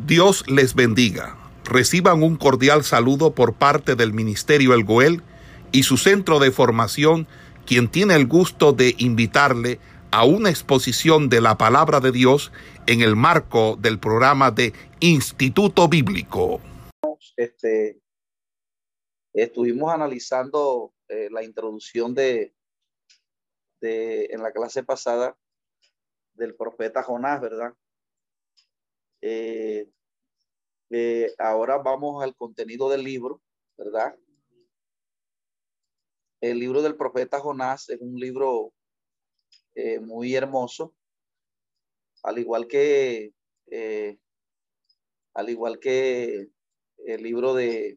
Dios les bendiga. Reciban un cordial saludo por parte del Ministerio El Goel y su centro de formación, quien tiene el gusto de invitarle a una exposición de la Palabra de Dios en el marco del programa de Instituto Bíblico. Estuvimos analizando la introducción en la clase pasada del profeta Jonás, ¿verdad? Ahora vamos al contenido del libro, ¿verdad? El libro del profeta Jonás es un libro muy hermoso, al igual que el libro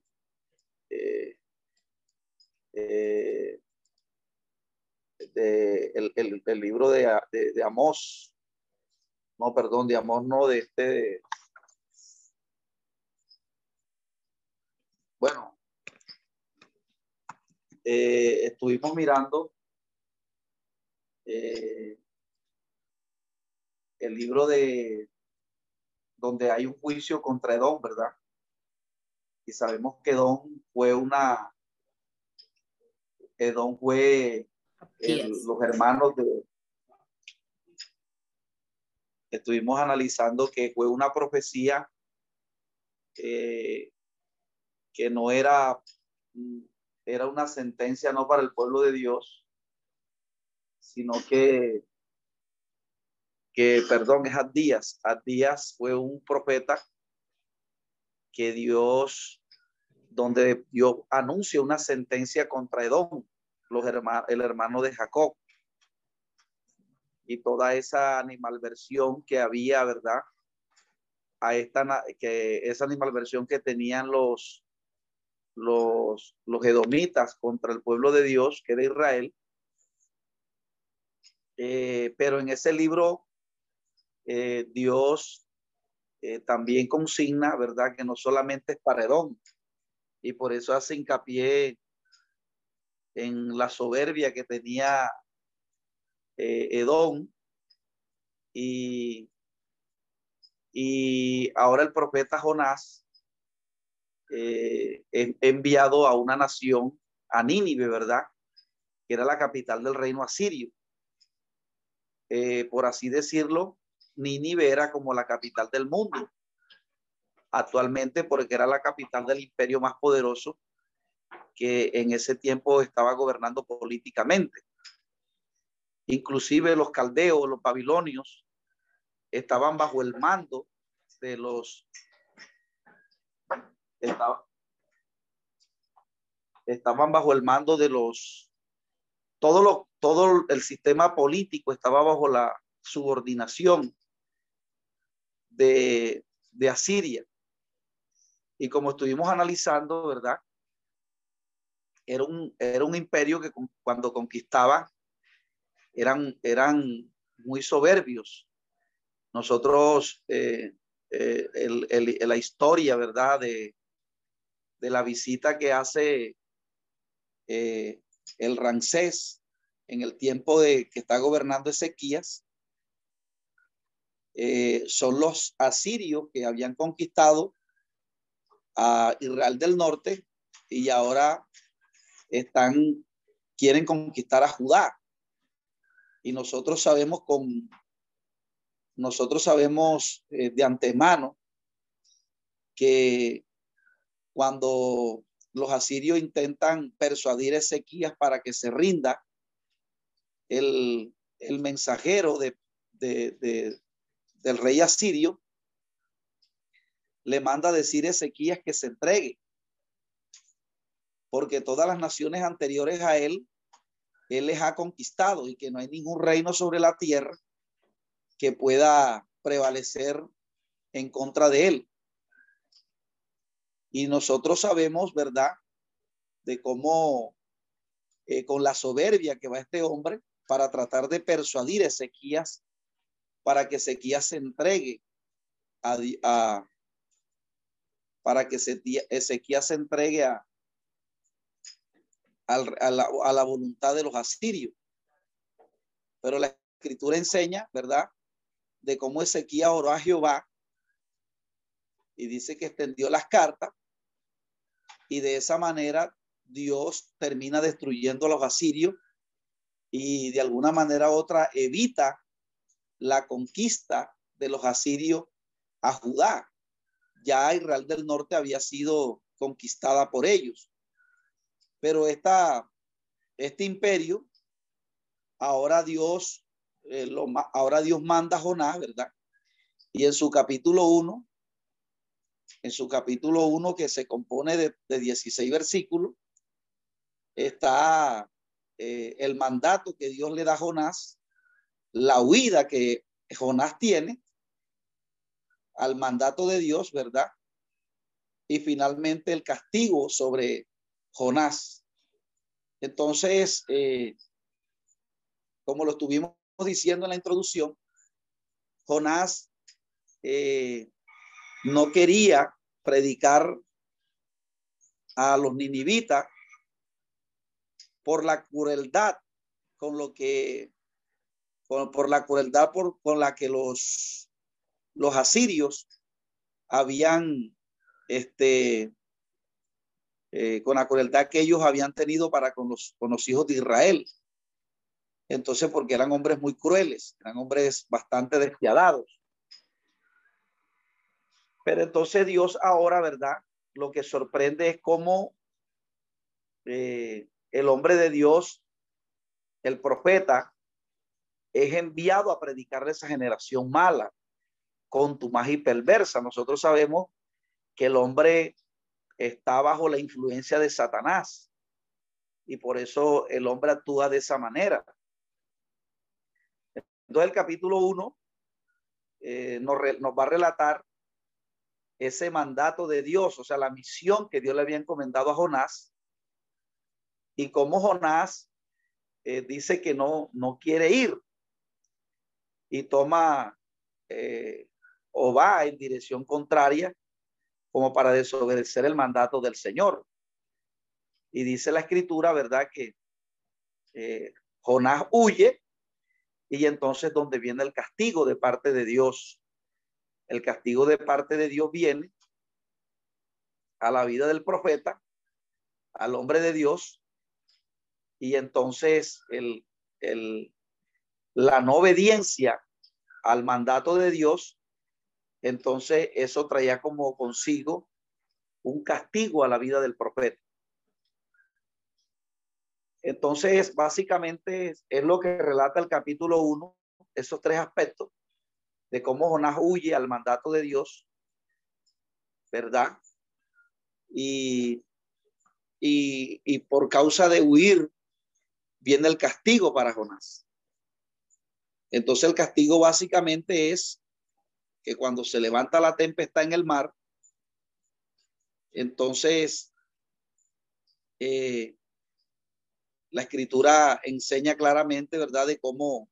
el libro de Amós. No, perdón, de Amós, no, bueno, estuvimos mirando el libro de donde hay un juicio contra Edom, ¿verdad? Y sabemos que Edom fue los hermanos estuvimos analizando que fue una profecía que no era una sentencia no para el pueblo de Dios, sino perdón, es Abdías. Abdías fue un profeta que donde Dios anuncia una sentencia contra Edom, el hermano de Jacob, y toda esa animalversión que había, ¿verdad? Esa animalversión que tenían los edomitas contra el pueblo de Dios, que era Israel. Pero en ese libro Dios también consigna, ¿verdad?, que no solamente es para Edom, y por eso hace hincapié en la soberbia que tenía Edom, y ahora el profeta Jonás enviado a una nación, a Nínive, ¿verdad?, que era la capital del reino asirio. Por así decirlo, Nínive era como la capital del mundo actualmente, porque era la capital del imperio más poderoso que en ese tiempo estaba gobernando políticamente. Inclusive los caldeos, los babilonios, estaban bajo el mando de todo el sistema político estaba bajo la subordinación de Asiria. Y como estuvimos analizando, ¿verdad?, era un imperio que cuando conquistaba eran muy soberbios. Nosotros, la historia, ¿verdad?, de la visita que hace el Ramsés en el tiempo que está gobernando Ezequías, son los asirios que habían conquistado a Israel del norte y ahora quieren conquistar a Judá. Y nosotros sabemos de antemano que cuando los asirios intentan persuadir a Ezequías para que se rinda, el mensajero del rey asirio le manda a decir a Ezequías que se entregue, porque todas las naciones anteriores a él les ha conquistado y que no hay ningún reino sobre la tierra que pueda prevalecer en contra de él. Y nosotros sabemos, ¿verdad?, de cómo con la soberbia que va este hombre para tratar de persuadir a Ezequías para que Ezequías se entregue para que Ezequías se entregue a la voluntad de los asirios. Pero la escritura enseña, ¿verdad?, de cómo Ezequías oró a Jehová y dice que extendió las cartas y de esa manera Dios termina destruyendo a los asirios y de alguna manera u otra evita la conquista de los asirios a Judá. Ya Israel del Norte había sido conquistada por ellos. Pero este imperio, ahora Dios, ahora Dios manda a Jonás, ¿verdad? Y en su capítulo 1, que se compone de 16 versículos, está el mandato que Dios le da a Jonás, la huida que Jonás tiene al mandato de Dios, ¿verdad? Y finalmente el castigo sobre Jonás. Entonces, como lo estuvimos diciendo en la introducción, Jonás no quería predicar a los ninivitas por la crueldad con la que los asirios habían con la crueldad que ellos habían tenido para con los hijos de Israel. Entonces, porque eran hombres muy crueles, eran hombres bastante despiadados. Pero entonces Dios ahora, ¿verdad? Lo que sorprende es cómo el hombre de Dios, el profeta, es enviado a predicarle a esa generación mala, contumaz y perversa. Nosotros sabemos que el hombre está bajo la influencia de Satanás y por eso el hombre actúa de esa manera. Entonces el capítulo 1 nos va a relatar ese mandato de Dios, o sea, la misión que Dios le había encomendado a Jonás y cómo Jonás dice que no quiere ir y toma o va en dirección contraria como para desobedecer el mandato del Señor. Y dice la escritura, ¿verdad? Que Jonás huye y entonces donde viene el castigo de parte de Dios. El castigo de parte de Dios viene a la vida del profeta, al hombre de Dios, y entonces la no obediencia al mandato de Dios, entonces eso traía como consigo un castigo a la vida del profeta. Entonces, básicamente es lo que relata el capítulo 1, esos tres aspectos de cómo Jonás huye al mandato de Dios, ¿verdad? Y por causa de huir viene el castigo para Jonás. Entonces el castigo básicamente es que cuando se levanta la tempestad en el mar, entonces la escritura enseña claramente, ¿verdad?, de cómo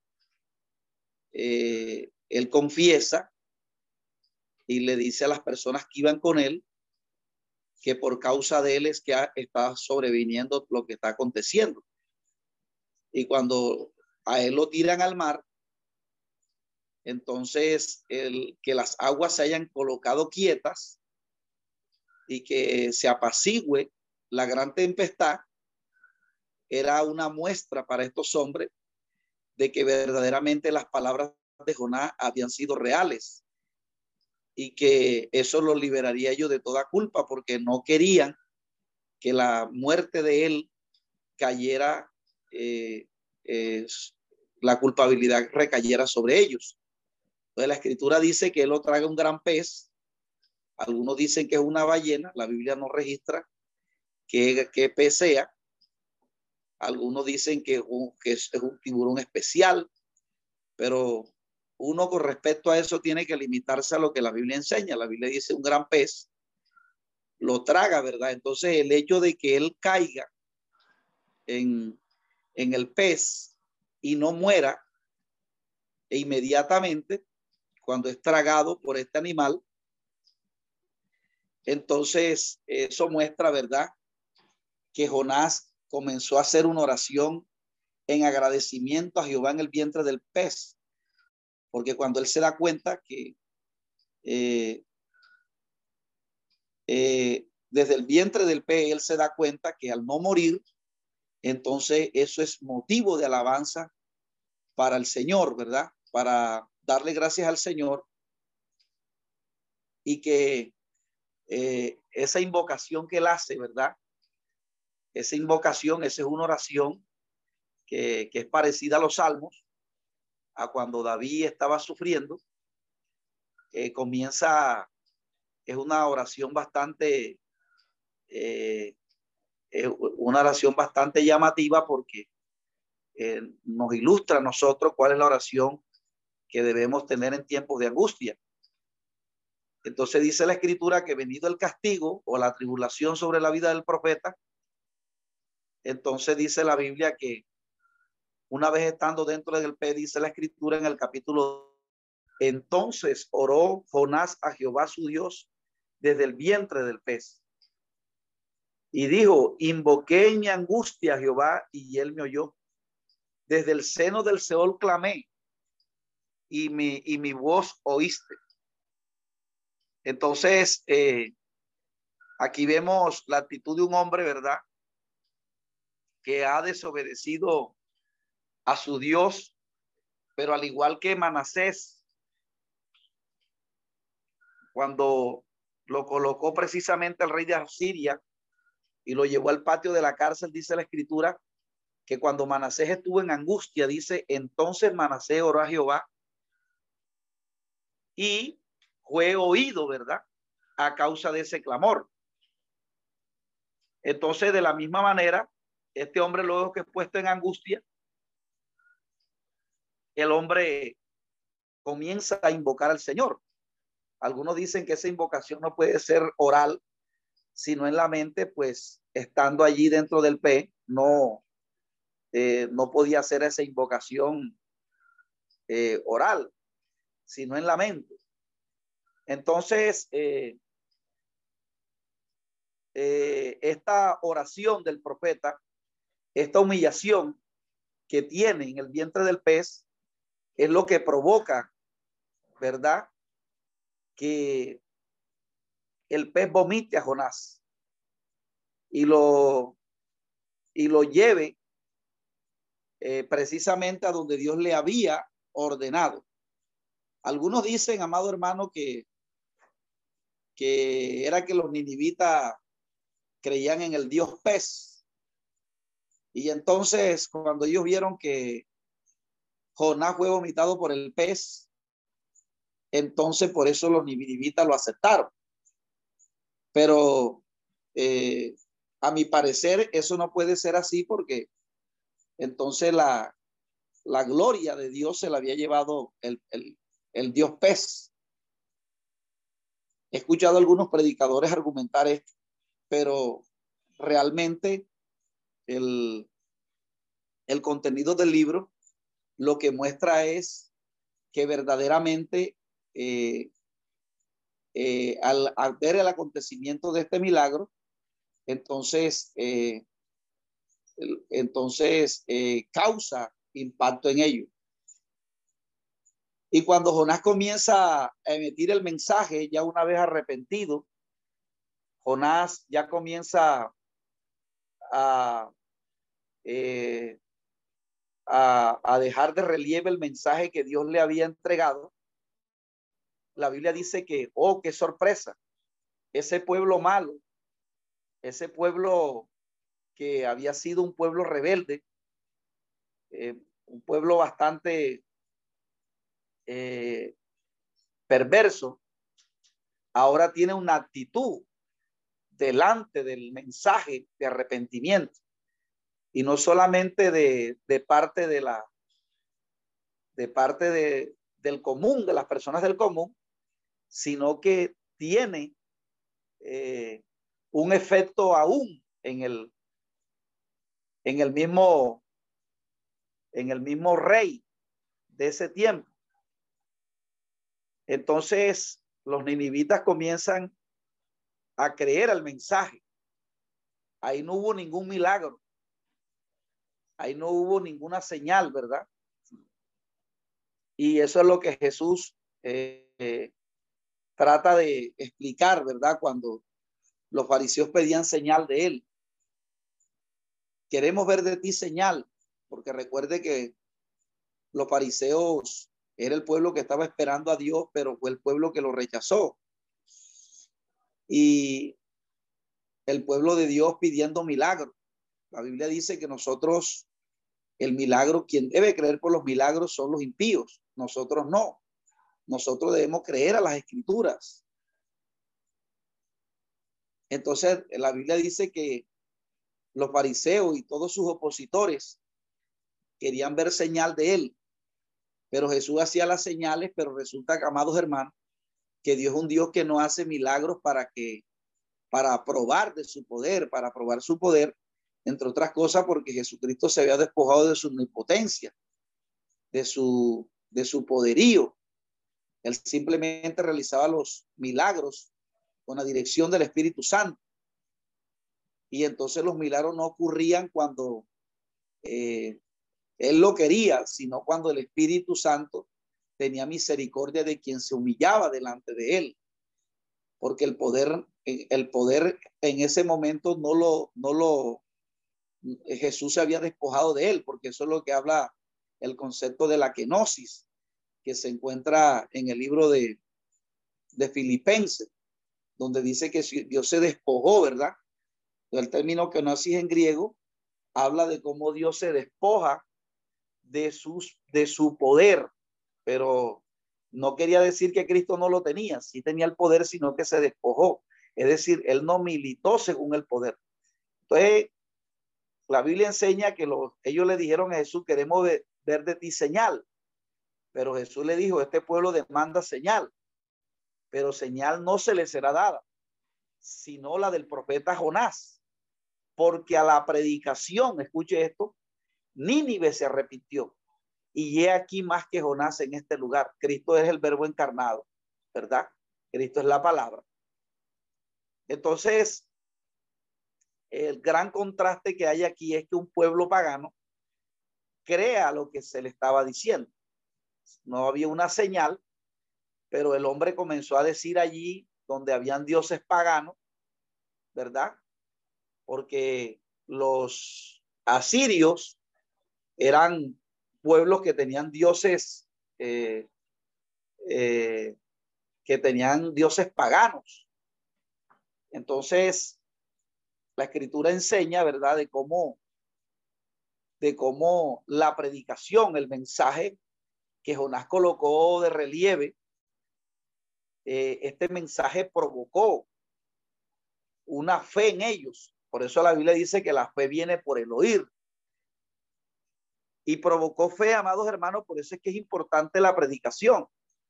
él confiesa y le dice a las personas que iban con él que por causa de él es que está sobreviniendo lo que está aconteciendo. Y cuando a él lo tiran al mar, entonces que las aguas se hayan colocado quietas y que se apacigüe la gran tempestad era una muestra para estos hombres de que verdaderamente las palabras de Jonás habían sido reales y que eso los liberaría ellos de toda culpa porque no querían que la muerte de él cayera, la culpabilidad recayera sobre ellos. Entonces la escritura dice que él lo traga un gran pez. Algunos dicen que es una ballena. La Biblia no registra qué pez sea. Algunos dicen que es un tiburón especial, pero uno con respecto a eso tiene que limitarse a lo que la Biblia enseña. La Biblia dice un gran pez lo traga, ¿verdad? Entonces el hecho de que él caiga en el pez y no muera e inmediatamente cuando es tragado por este animal, entonces eso muestra, ¿verdad?, que Jonás comenzó a hacer una oración en agradecimiento a Jehová en el vientre del pez, porque cuando él se da cuenta que desde el vientre del pez, él se da cuenta que al no morir, entonces eso es motivo de alabanza para el Señor, ¿verdad? Para darle gracias al Señor, y que esa invocación que él hace, ¿verdad? Esa invocación, esa es una oración que es parecida a los salmos, a cuando David estaba sufriendo. Comienza, es una oración bastante, una oración bastante llamativa, porque nos ilustra a nosotros cuál es la oración que debemos tener en tiempos de angustia. Entonces dice la escritura que venido el castigo o la tribulación sobre la vida del profeta, entonces dice la Biblia que una vez estando dentro del pez, dice la escritura en el capítulo, entonces oró Jonás a Jehová su Dios desde el vientre del pez y dijo, invoqué en mi angustia a Jehová y él me oyó. Desde el seno del Seol clamé y mi voz oíste. Entonces, aquí vemos la actitud de un hombre, ¿verdad?, que ha desobedecido a su Dios, pero al igual que Manasés, cuando lo colocó precisamente el rey de Asiria y lo llevó al patio de la cárcel, dice la escritura que cuando Manasés estuvo en angustia, dice, entonces Manasés oró a Jehová y fue oído, ¿verdad?, a causa de ese clamor. Entonces, de la misma manera, este hombre, luego que es puesto en angustia, el hombre comienza a invocar al Señor. Algunos dicen que esa invocación no puede ser oral, sino en la mente, pues estando allí dentro del pez, no podía hacer esa invocación oral, sino en la mente. Entonces, esta oración del profeta, esta humillación que tiene en el vientre del pez, es lo que provoca, ¿verdad?, que el pez vomite a Jonás y lo lleve precisamente a donde Dios le había ordenado. Algunos dicen, amado hermano, que era que los ninivitas creían en el dios pez. Y entonces, cuando ellos vieron que Jonás fue vomitado por el pez, entonces por eso los ninivitas lo aceptaron. Pero a mi parecer eso no puede ser así, porque entonces la gloria de Dios se la había llevado el dios pez. He escuchado a algunos predicadores argumentar esto, pero realmente el contenido del libro lo que muestra es que verdaderamente al ver el acontecimiento de este milagro, entonces causa impacto en ellos. Y cuando Jonás comienza a emitir el mensaje, ya una vez arrepentido, Jonás ya comienza a dejar de relieve el mensaje que Dios le había entregado. La Biblia dice que, oh, qué sorpresa, ese pueblo malo, ese pueblo que había sido un pueblo rebelde, un pueblo bastante perverso, ahora tiene una actitud delante del mensaje de arrepentimiento, y no solamente de parte del común, de las personas del común, sino que tiene un efecto aún en el mismo rey de ese tiempo. Entonces los ninivitas comienzan a creer al mensaje. Ahí no hubo ningún milagro, ahí no hubo ninguna señal, ¿verdad? Y eso es lo que Jesús trata de explicar, ¿verdad? Cuando Los fariseos pedían señal de él. Queremos ver de ti señal, porque recuerde que los fariseos era el pueblo que estaba esperando a Dios, pero fue el pueblo que lo rechazó. Y el pueblo de Dios pidiendo milagros. La Biblia dice que nosotros, el milagro, quien debe creer por los milagros son los impíos. Nosotros no. Nosotros debemos creer a las escrituras. Entonces, la Biblia dice que los fariseos y todos sus opositores querían ver señal de él, pero Jesús hacía las señales, pero resulta, amados hermanos, que Dios es un Dios que no hace milagros para probar de su poder, para probar su poder, entre otras cosas porque Jesucristo se había despojado de su omnipotencia, de su poderío. Él simplemente realizaba los milagros con la dirección del Espíritu Santo. Y entonces los milagros no ocurrían cuando él lo quería, sino cuando el Espíritu Santo tenía misericordia de quien se humillaba delante de él. Porque el poder en ese momento Jesús se había despojado de él, porque eso es lo que habla el concepto de la kenosis, que se encuentra en el libro de Filipenses, donde dice que Dios se despojó, ¿verdad? El término kenosis en griego habla de cómo Dios se despoja de su poder, pero no quería decir que Cristo no lo tenía, sí tenía el poder, sino que se despojó. Es decir, él no militó según el poder. Entonces, la Biblia enseña que ellos le dijeron a Jesús, queremos ver de ti señal. Pero Jesús le dijo, este pueblo demanda señal, pero señal no se le será dada, sino la del profeta Jonás. Porque a la predicación, escuche esto, Nínive se arrepintió. Y he aquí más que Jonás en este lugar. Cristo es el verbo encarnado, ¿verdad? Cristo es la palabra. Entonces, el gran contraste que hay aquí es que un pueblo pagano crea lo que se le estaba diciendo. No había una señal, pero el hombre comenzó a decir allí donde habían dioses paganos, ¿verdad? Porque los asirios eran pueblos que tenían dioses paganos. Entonces, la escritura enseña, ¿verdad?, de cómo la predicación, el mensaje que Jonás colocó de relieve, este mensaje provocó una fe en ellos. Por eso la Biblia dice que la fe viene por el oír. Y provocó fe, amados hermanos, por eso es que es importante la predicación.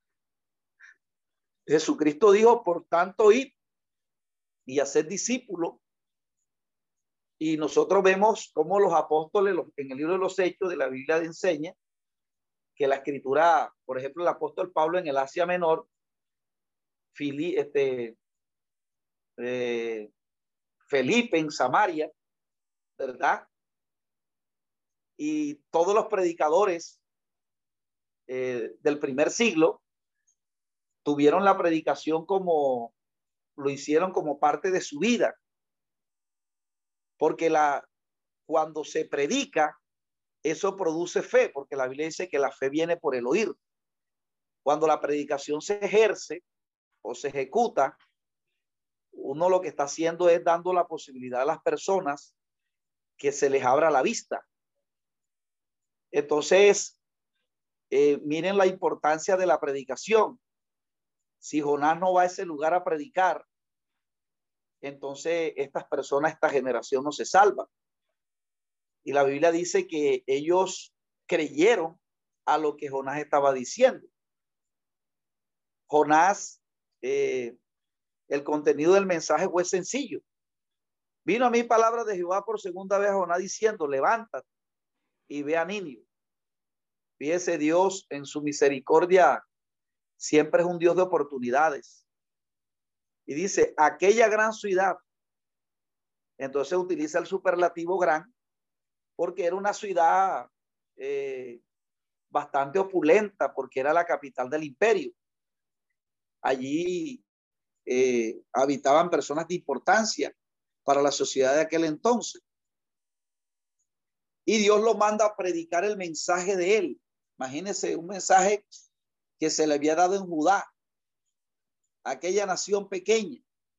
Jesucristo dijo, por tanto, id y hacer discípulos. Y nosotros vemos cómo los apóstoles, en el libro de los Hechos de la Biblia enseña que la escritura, por ejemplo, el apóstol Pablo en el Asia Menor, Felipe en Samaria, ¿verdad? Y todos los predicadores del primer siglo tuvieron la predicación como lo hicieron como parte de su vida. Porque cuando se predica, eso produce fe, porque la Biblia dice que la fe viene por el oír. Cuando la predicación se ejerce o se ejecuta, uno lo que está haciendo es dando la posibilidad a las personas que se les abra la vista. Entonces, miren la importancia de la predicación. Si Jonás no va a ese lugar a predicar, entonces esta generación no se salva. Y la Biblia dice que ellos creyeron a lo que Jonás estaba diciendo. Jonás, el contenido del mensaje fue sencillo. Vino a mí palabra de Jehová por segunda vez a Jonás diciendo, levántate y ve a Nínive. Fíjese, Dios en su misericordia siempre es un Dios de oportunidades. Y dice, aquella gran ciudad. Entonces utiliza el superlativo gran porque era una ciudad bastante opulenta, porque era la capital del imperio. Allí habitaban personas de importancia para la sociedad de aquel entonces. Y Dios lo manda a predicar el mensaje de él. Imagínense un mensaje que se le había dado en Judá, aquella nación pequeña.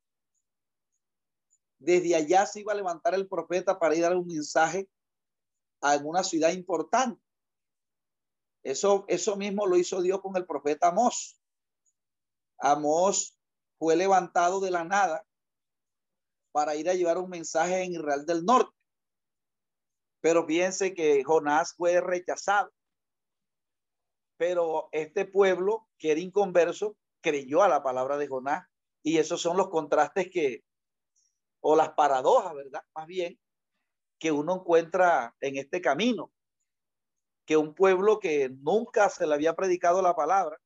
Desde allá se iba a levantar el profeta para ir a dar un mensaje a alguna ciudad importante. Eso mismo lo hizo Dios con el profeta Amós. Amós fue levantado de la nada para ir a llevar un mensaje en Israel del Norte. Pero fíjense que Jonás fue rechazado. Pero este pueblo, que era inconverso, creyó a la palabra de Jonás. Y esos son los contrastes o las paradojas, ¿verdad? Más bien, que uno encuentra en este camino. Que un pueblo que nunca se le había predicado la palabra,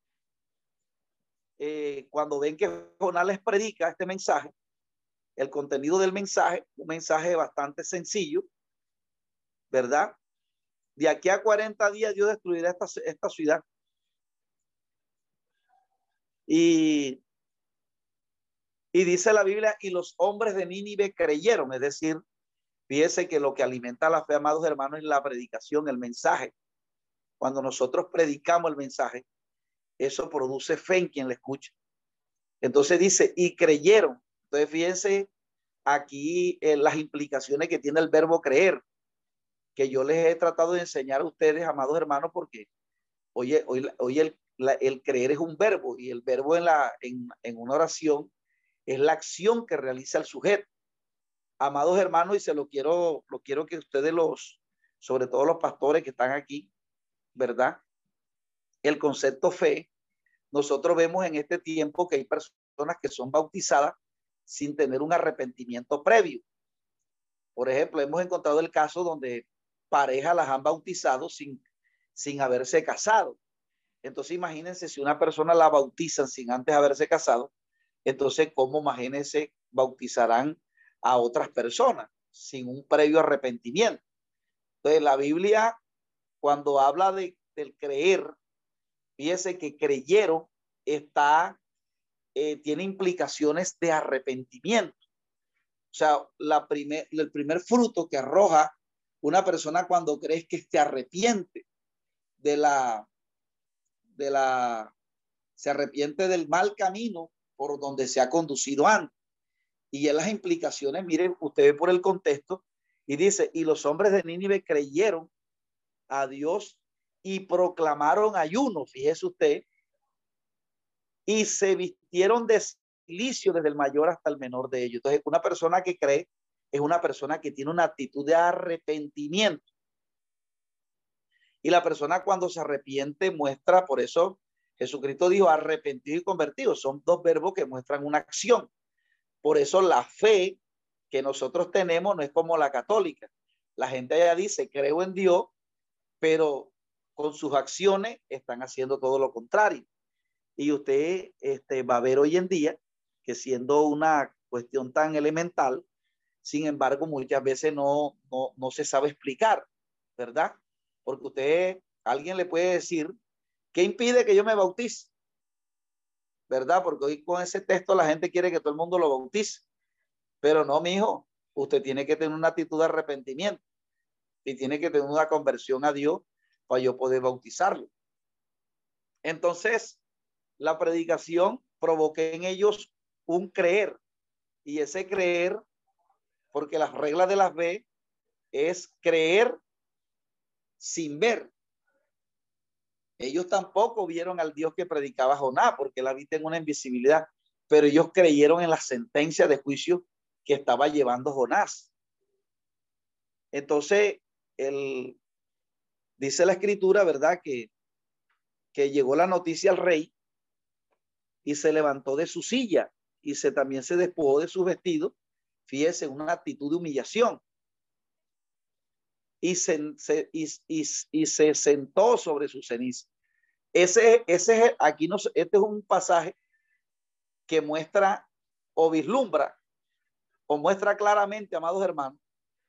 cuando ven que Jonás les predica este mensaje, el contenido del mensaje, un mensaje bastante sencillo, ¿verdad? De aquí a 40 días Dios destruirá esta ciudad. Y dice la Biblia, y los hombres de Nínive creyeron, es decir, fíjese que lo que alimenta la fe, amados hermanos, es la predicación, el mensaje. Cuando nosotros predicamos el mensaje, eso produce fe en quien le escucha. Entonces dice, y creyeron. Entonces fíjense aquí las implicaciones que tiene el verbo creer, que yo les he tratado de enseñar a ustedes, amados hermanos, porque hoy el creer es un verbo, y el verbo en una oración es la acción que realiza el sujeto. Amados hermanos, y se lo quiero que ustedes sobre todo los pastores que están aquí, ¿verdad? El concepto fe, nosotros vemos en este tiempo que hay personas que son bautizadas sin tener un arrepentimiento previo. Por ejemplo, hemos encontrado el caso donde parejas las han bautizado sin haberse casado. Entonces imagínense si una persona la bautizan sin antes haberse casado, entonces ¿cómo, imagínense, bautizarán a otras personas sin un previo arrepentimiento? Entonces la Biblia, cuando habla del creer, fíjese que creyeron tiene implicaciones de arrepentimiento. O sea, el primer fruto que arroja una persona cuando cree que se arrepiente se arrepiente del mal camino por donde se ha conducido antes. Y en las implicaciones, miren, usted ve por el contexto, y dice, y los hombres de Nínive creyeron a Dios y proclamaron ayuno, fíjese usted, y se vistieron de silicio desde el mayor hasta el menor de ellos. Entonces, una persona que cree es una persona que tiene una actitud de arrepentimiento. Y la persona cuando se arrepiente muestra, por eso Jesucristo dijo arrepentido y convertido. Son dos verbos que muestran una acción. Por eso la fe que nosotros tenemos no es como la católica. La gente allá dice, creo en Dios, pero con sus acciones están haciendo todo lo contrario. Y usted va a ver hoy en día que, siendo una cuestión tan elemental, sin embargo, muchas veces no se sabe explicar, ¿verdad? Porque alguien le puede decir, ¿qué impide que yo me bautice? ¿Verdad? Porque hoy con ese texto la gente quiere que todo el mundo lo bautice. Pero no, mijo, usted tiene que tener una actitud de arrepentimiento y tiene que tener una conversión a Dios para yo poder bautizarlo. Entonces, la predicación provoca en ellos un creer, y ese creer, porque las reglas de la fe es creer sin ver. Ellos tampoco vieron al Dios que predicaba Jonás, porque la vista en una invisibilidad, pero ellos creyeron en la sentencia de juicio que estaba llevando Jonás. Entonces, dice la escritura, ¿verdad? Que llegó la noticia al rey y se levantó de su silla y también se despojó de sus vestidos. Fíjese, una actitud de humillación. Y se sentó sobre su ceniza. Aquí este es un pasaje que muestra o vislumbra o muestra claramente, amados hermanos,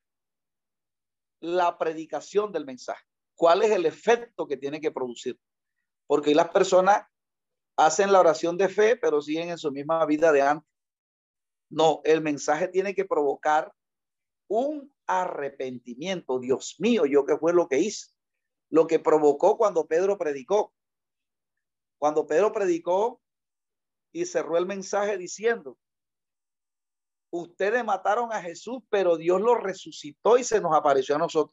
la predicación del mensaje. ¿Cuál es el efecto que tiene que producir? Porque las personas hacen la oración de fe, pero siguen en su misma vida de antes. No, el mensaje tiene que provocar un arrepentimiento. Dios mío, yo qué fue lo que hice. Lo que provocó cuando Pedro predicó. Cuando Pedro predicó y cerró el mensaje diciendo, ustedes mataron a Jesús, pero Dios lo resucitó y se nos apareció a nosotros.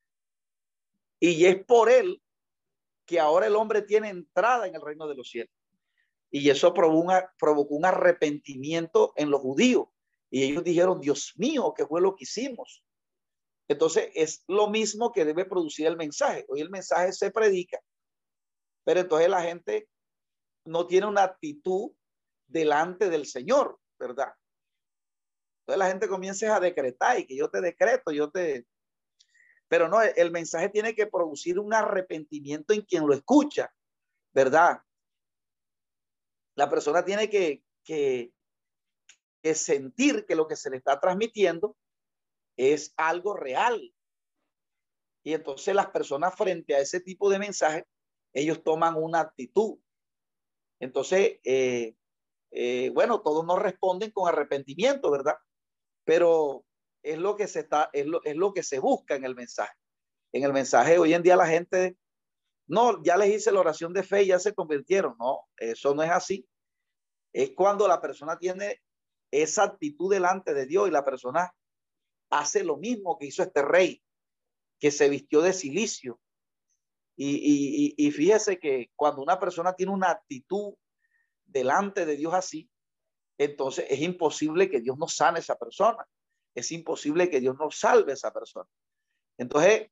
Y es por él que ahora el hombre tiene entrada en el reino de los cielos. Y eso provocó un arrepentimiento en los judíos. Y ellos dijeron, Dios mío, ¿qué fue lo que hicimos? Entonces es lo mismo que debe producir el mensaje. Hoy el mensaje se predica, pero entonces la gente no tiene una actitud delante del Señor, ¿verdad? Entonces la gente comienza a decretar y que yo te decreto, pero no, el mensaje tiene que producir un arrepentimiento en quien lo escucha, ¿verdad? La persona tiene que sentir que lo que se le está transmitiendo es algo real. Y entonces las personas frente a ese tipo de mensaje, ellos toman una actitud. Entonces, bueno, todos no responden con arrepentimiento, ¿verdad? Pero es lo que es lo que se busca en el mensaje. En el mensaje hoy en día la gente, no, ya les hice la oración de fe y ya se convirtieron. No, eso no es así. Es cuando la persona tiene esa actitud delante de Dios y la persona hace lo mismo que hizo este rey, que se vistió de cilicio. Y fíjese que cuando una persona tiene una actitud delante de Dios así, entonces es imposible que Dios no sane a esa persona. Es imposible que Dios no salve a esa persona. Entonces,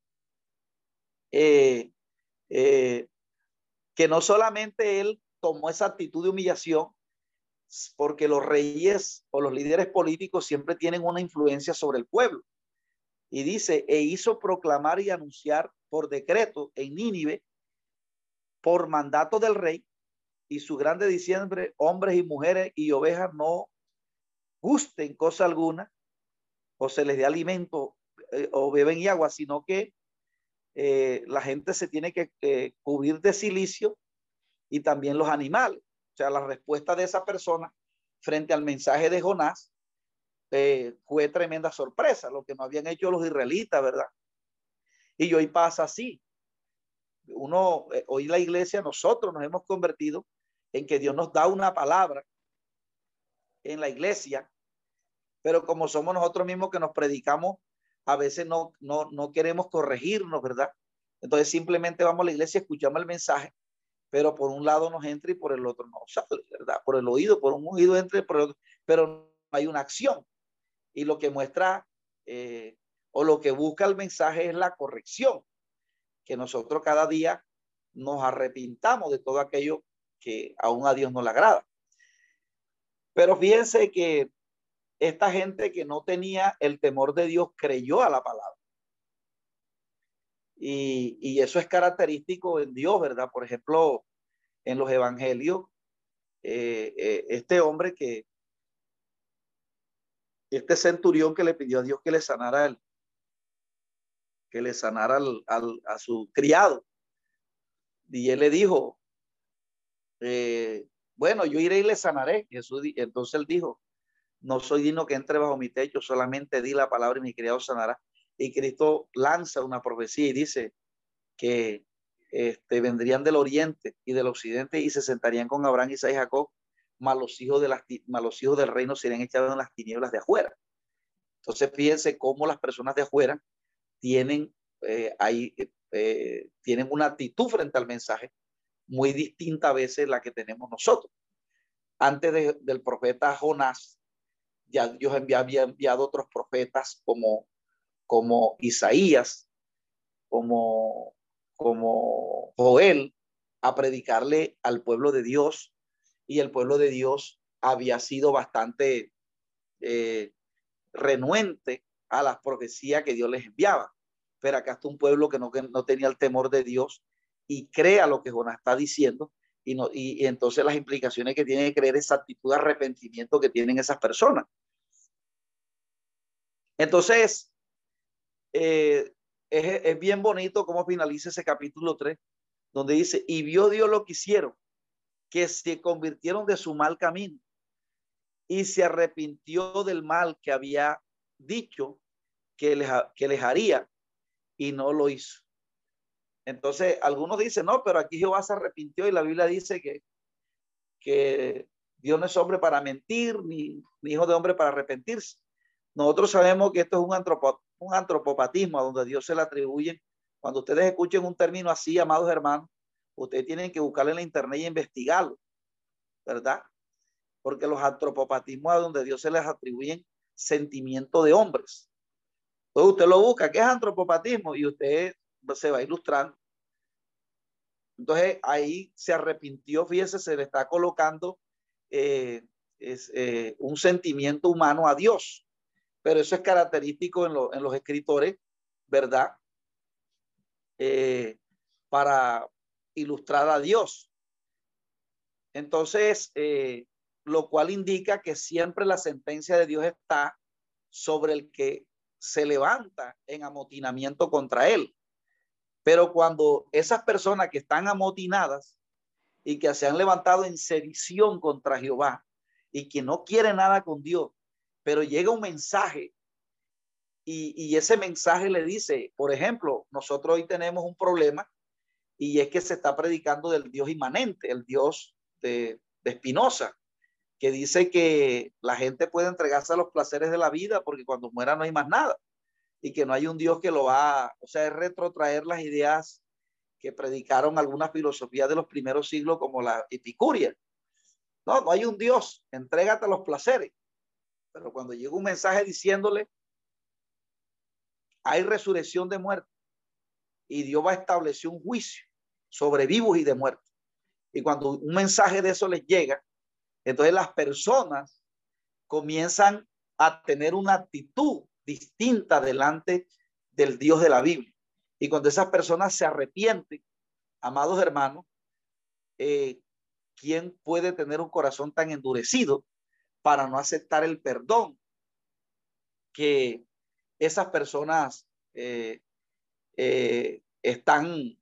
que no solamente él tomó esa actitud de humillación, porque los reyes o los líderes políticos siempre tienen una influencia sobre el pueblo. Y dice, e hizo proclamar y anunciar por decreto en Nínive, por mandato del rey, y su grande diciembre, hombres y mujeres y ovejas no gusten cosa alguna, o se les dé alimento o beben y agua, sino que la gente se tiene que cubrir de silicio y también los animales. O sea, la respuesta de esa persona frente al mensaje de Jonás fue tremenda sorpresa, lo que no habían hecho los israelitas, ¿verdad? Y hoy pasa así. Hoy la iglesia, nosotros nos hemos convertido en que Dios nos da una palabra en la iglesia, pero como somos nosotros mismos que nos predicamos, a veces no queremos corregirnos, ¿verdad? Entonces simplemente vamos a la iglesia, escuchamos el mensaje, pero por un lado nos entra y por el otro no sale, ¿verdad? Por el oído, por un oído entra y por el otro, pero no hay una acción. Y lo que muestra o lo que busca el mensaje es la corrección, que nosotros cada día nos arrepintamos de todo aquello que aún a Dios no le agrada. Pero fíjense que esta gente que no tenía el temor de Dios creyó a la palabra. Y eso es característico en Dios, ¿verdad? Por ejemplo, en los evangelios, este hombre este centurión que le pidió a Dios que le sanara a su criado. Y él le dijo, bueno, yo iré y le sanaré. Entonces él dijo, no soy digno que entre bajo mi techo, solamente di la palabra y mi criado sanará. Y Cristo lanza una profecía y dice que vendrían del oriente y del occidente y se sentarían con Abraham, Isaac y Jacob, mas los hijos del reino serían echados en las tinieblas de afuera. Entonces fíjense cómo las personas de afuera tienen, tienen una actitud frente al mensaje muy distinta a veces la que tenemos nosotros. Antes del profeta Jonás, ya Dios había enviado otros profetas como Isaías, como Joel, a predicarle al pueblo de Dios, y el pueblo de Dios había sido bastante renuente a las profecías que Dios les enviaba. Pero acá está un pueblo que no tenía el temor de Dios y crea lo que Jonás está diciendo, y entonces las implicaciones que tiene que creer esa actitud de arrepentimiento que tienen esas personas. Entonces, es bien bonito cómo finaliza ese capítulo 3, donde dice, y vio Dios lo que hicieron, que se convirtieron de su mal camino y se arrepintió del mal que había dicho que les haría y no lo hizo. Entonces, algunos dicen, no, pero aquí Jehová se arrepintió y la Biblia dice que Dios no es hombre para mentir, ni hijo de hombre para arrepentirse. Nosotros sabemos que esto es un antropopatismo a donde Dios se le atribuye. Cuando ustedes escuchen un término así, amados hermanos, ustedes tienen que buscarlo en la internet y investigarlo, ¿verdad? Porque los antropopatismos a donde Dios se les atribuyen sentimiento de hombres. Entonces usted lo busca, ¿qué es antropopatismo? Y usted se va ilustrando. Entonces ahí se arrepintió, fíjese, se le está colocando un sentimiento humano a Dios, pero eso es característico en los escritores, ¿verdad? Para ilustrar a Dios. Entonces, lo cual indica que siempre la sentencia de Dios está sobre el que se levanta en amotinamiento contra él. Pero cuando esas personas que están amotinadas y que se han levantado en sedición contra Jehová y que no quieren nada con Dios, pero llega un mensaje y ese mensaje le dice, por ejemplo, nosotros hoy tenemos un problema y es que se está predicando del Dios inmanente, el Dios de Spinoza, que dice que la gente puede entregarse a los placeres de la vida porque cuando muera no hay más nada y que no hay un Dios que lo va, o sea, es retrotraer las ideas que predicaron algunas filosofías de los primeros siglos como la epicuria. No, no hay un Dios, entrégate a los placeres. Pero cuando llega un mensaje diciéndole, hay resurrección de muertos y Dios va a establecer un juicio sobre vivos y de muertos. Y cuando un mensaje de eso les llega, entonces las personas comienzan a tener una actitud distinta delante del Dios de la Biblia. Y cuando esas personas se arrepienten, amados hermanos, ¿quién puede tener un corazón tan endurecido para no aceptar el perdón que esas personas están,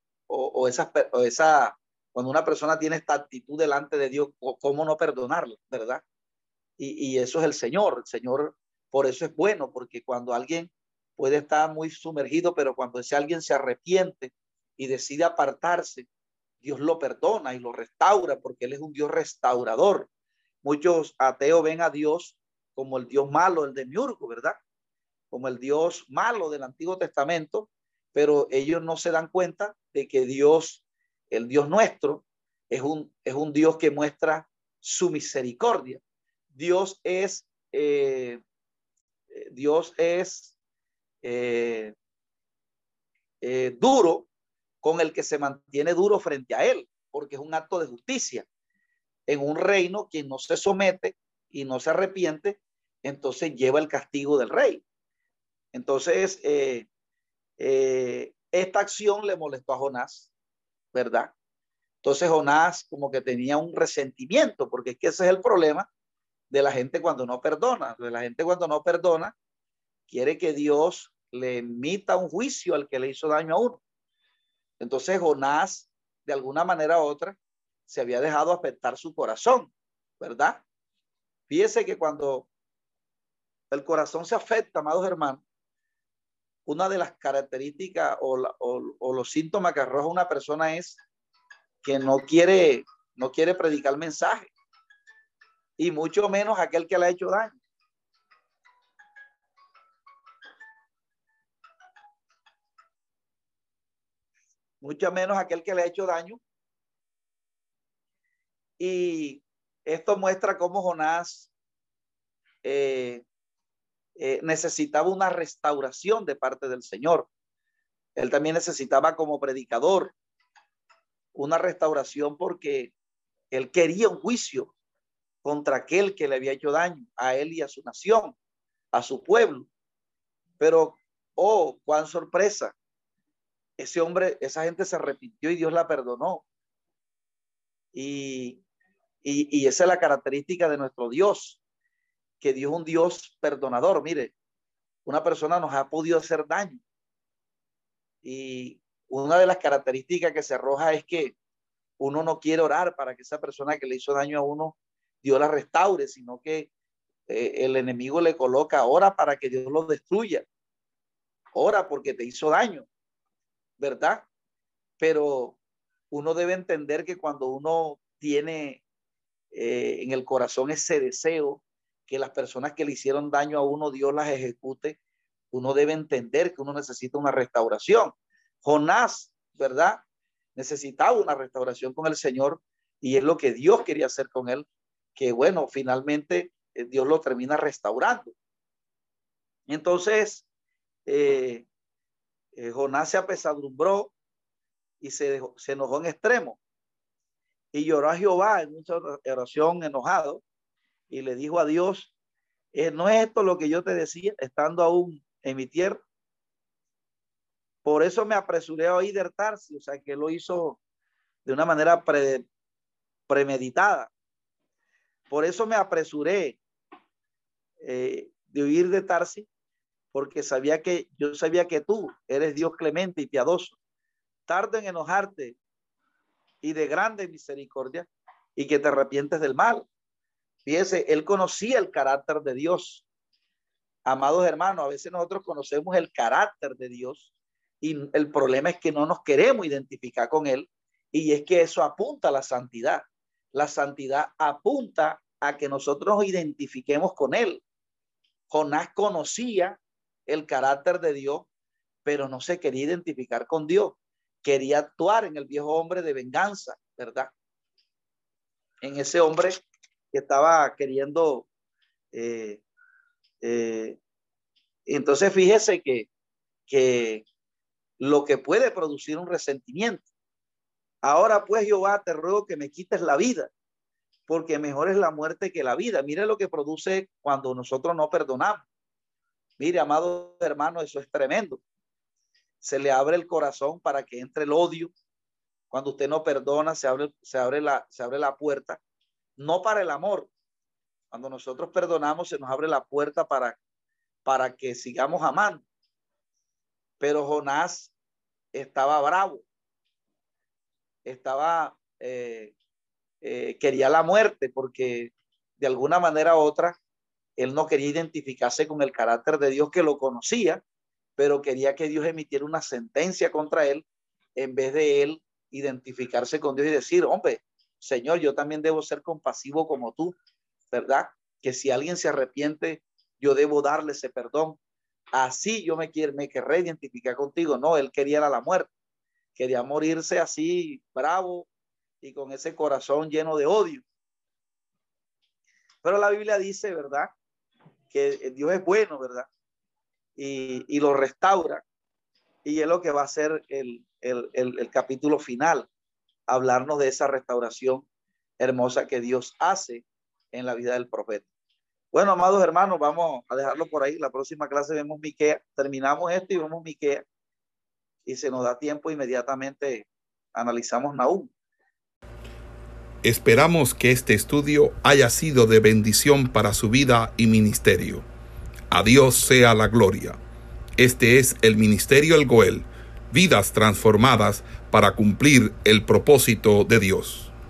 cuando una persona tiene esta actitud delante de Dios, ¿cómo no perdonarla, verdad? Y eso es el Señor. Por eso es bueno, porque cuando alguien puede estar muy sumergido, pero cuando ese alguien se arrepiente y decide apartarse, Dios lo perdona y lo restaura, porque Él es un Dios restaurador. Muchos ateos ven a Dios como el Dios malo, el demiurgo, ¿verdad? Como el Dios malo del Antiguo Testamento, pero ellos no se dan cuenta de que Dios, el Dios nuestro, es un Dios que muestra su misericordia. Dios es eh, duro con el que se mantiene duro frente a él, porque es un acto de justicia. En un reino, quien no se somete y no se arrepiente, entonces lleva el castigo del rey. Entonces, esta acción le molestó a Jonás, ¿verdad? Entonces Jonás como que tenía un resentimiento, porque es que ese es el problema de la gente cuando no perdona. De la gente cuando no perdona, quiere que Dios le emita un juicio al que le hizo daño a uno. Entonces Jonás, de alguna manera u otra, se había dejado afectar su corazón, ¿verdad? Fíjese que cuando el corazón se afecta, amados hermanos, una de las características o los síntomas que arroja una persona es que no quiere predicar el mensaje, y mucho menos aquel que le ha hecho daño. Mucho menos aquel que le ha hecho daño. Y esto muestra cómo Jonás necesitaba una restauración de parte del Señor. Él también necesitaba como predicador una restauración porque él quería un juicio contra aquel que le había hecho daño a él y a su nación, a su pueblo. Pero, oh, cuán sorpresa, ese hombre, esa gente se arrepintió y Dios la perdonó. Y esa es la característica de nuestro Dios, que Dios es un Dios perdonador. Mire, una persona nos ha podido hacer daño, y una de las características que se arroja es que uno no quiere orar para que esa persona que le hizo daño a uno, Dios la restaure, sino que el enemigo le coloca, ora para que Dios lo destruya, ora porque te hizo daño, ¿verdad? Pero uno debe entender que cuando uno tiene en el corazón ese deseo que las personas que le hicieron daño a uno, Dios las ejecute, uno debe entender que uno necesita una restauración. Jonás, ¿verdad? Necesitaba una restauración con el Señor y es lo que Dios quería hacer con él, que bueno, finalmente Dios lo termina restaurando. Entonces, Jonás se apesadumbró y se enojó en extremo y lloró a Jehová en una oración enojado y le dijo a Dios, ¿no es esto lo que yo te decía estando aún en mi tierra? Por eso me apresuré a ir de Tarsis, o sea que lo hizo de una manera premeditada. Por eso me apresuré de huir de Tarsis, porque yo sabía que tú eres Dios clemente y piadoso, tardo en enojarte y de grande misericordia, y que te arrepientes del mal. Fíjese, él conocía el carácter de Dios. Amados hermanos, a veces nosotros conocemos el carácter de Dios y el problema es que no nos queremos identificar con él, y es que eso apunta a la santidad. La santidad apunta a que nosotros nos identifiquemos con él. Jonás conocía el carácter de Dios, pero no se quería identificar con Dios. Quería actuar en el viejo hombre de venganza, ¿verdad? En ese hombre que estaba queriendo. Entonces, fíjese que lo que puede producir un resentimiento. Ahora pues, Jehová, te ruego que me quites la vida, porque mejor es la muerte que la vida. Mire lo que produce cuando nosotros no perdonamos. Mire, amado hermano, eso es tremendo. Se le abre el corazón para que entre el odio. Cuando usted no perdona, se abre la puerta, no para el amor. Cuando nosotros perdonamos, se nos abre la puerta para que sigamos amando. Pero Jonás estaba bravo, quería la muerte, porque de alguna manera u otra él no quería identificarse con el carácter de Dios, que lo conocía, pero quería que Dios emitiera una sentencia contra él en vez de él identificarse con Dios y decir, hombre, Señor, yo también debo ser compasivo como tú, ¿verdad? Que si alguien se arrepiente, yo debo darle ese perdón. Así yo me querré identificar contigo. No, él quería la muerte, quería morirse así, bravo y con ese corazón lleno de odio. Pero la Biblia dice, ¿verdad?, que Dios es bueno, ¿verdad? Y lo restaura. Y es lo que va a ser el capítulo final, hablarnos de esa restauración hermosa que Dios hace en la vida del profeta. Bueno, amados hermanos, vamos a dejarlo por ahí. La próxima clase vemos Miqueas. Terminamos esto y vemos Miqueas. Y se nos da tiempo, inmediatamente analizamos Nahum. Esperamos que este estudio haya sido de bendición para su vida y ministerio. A Dios sea la gloria. Este es el Ministerio El Goel, vidas transformadas para cumplir el propósito de Dios.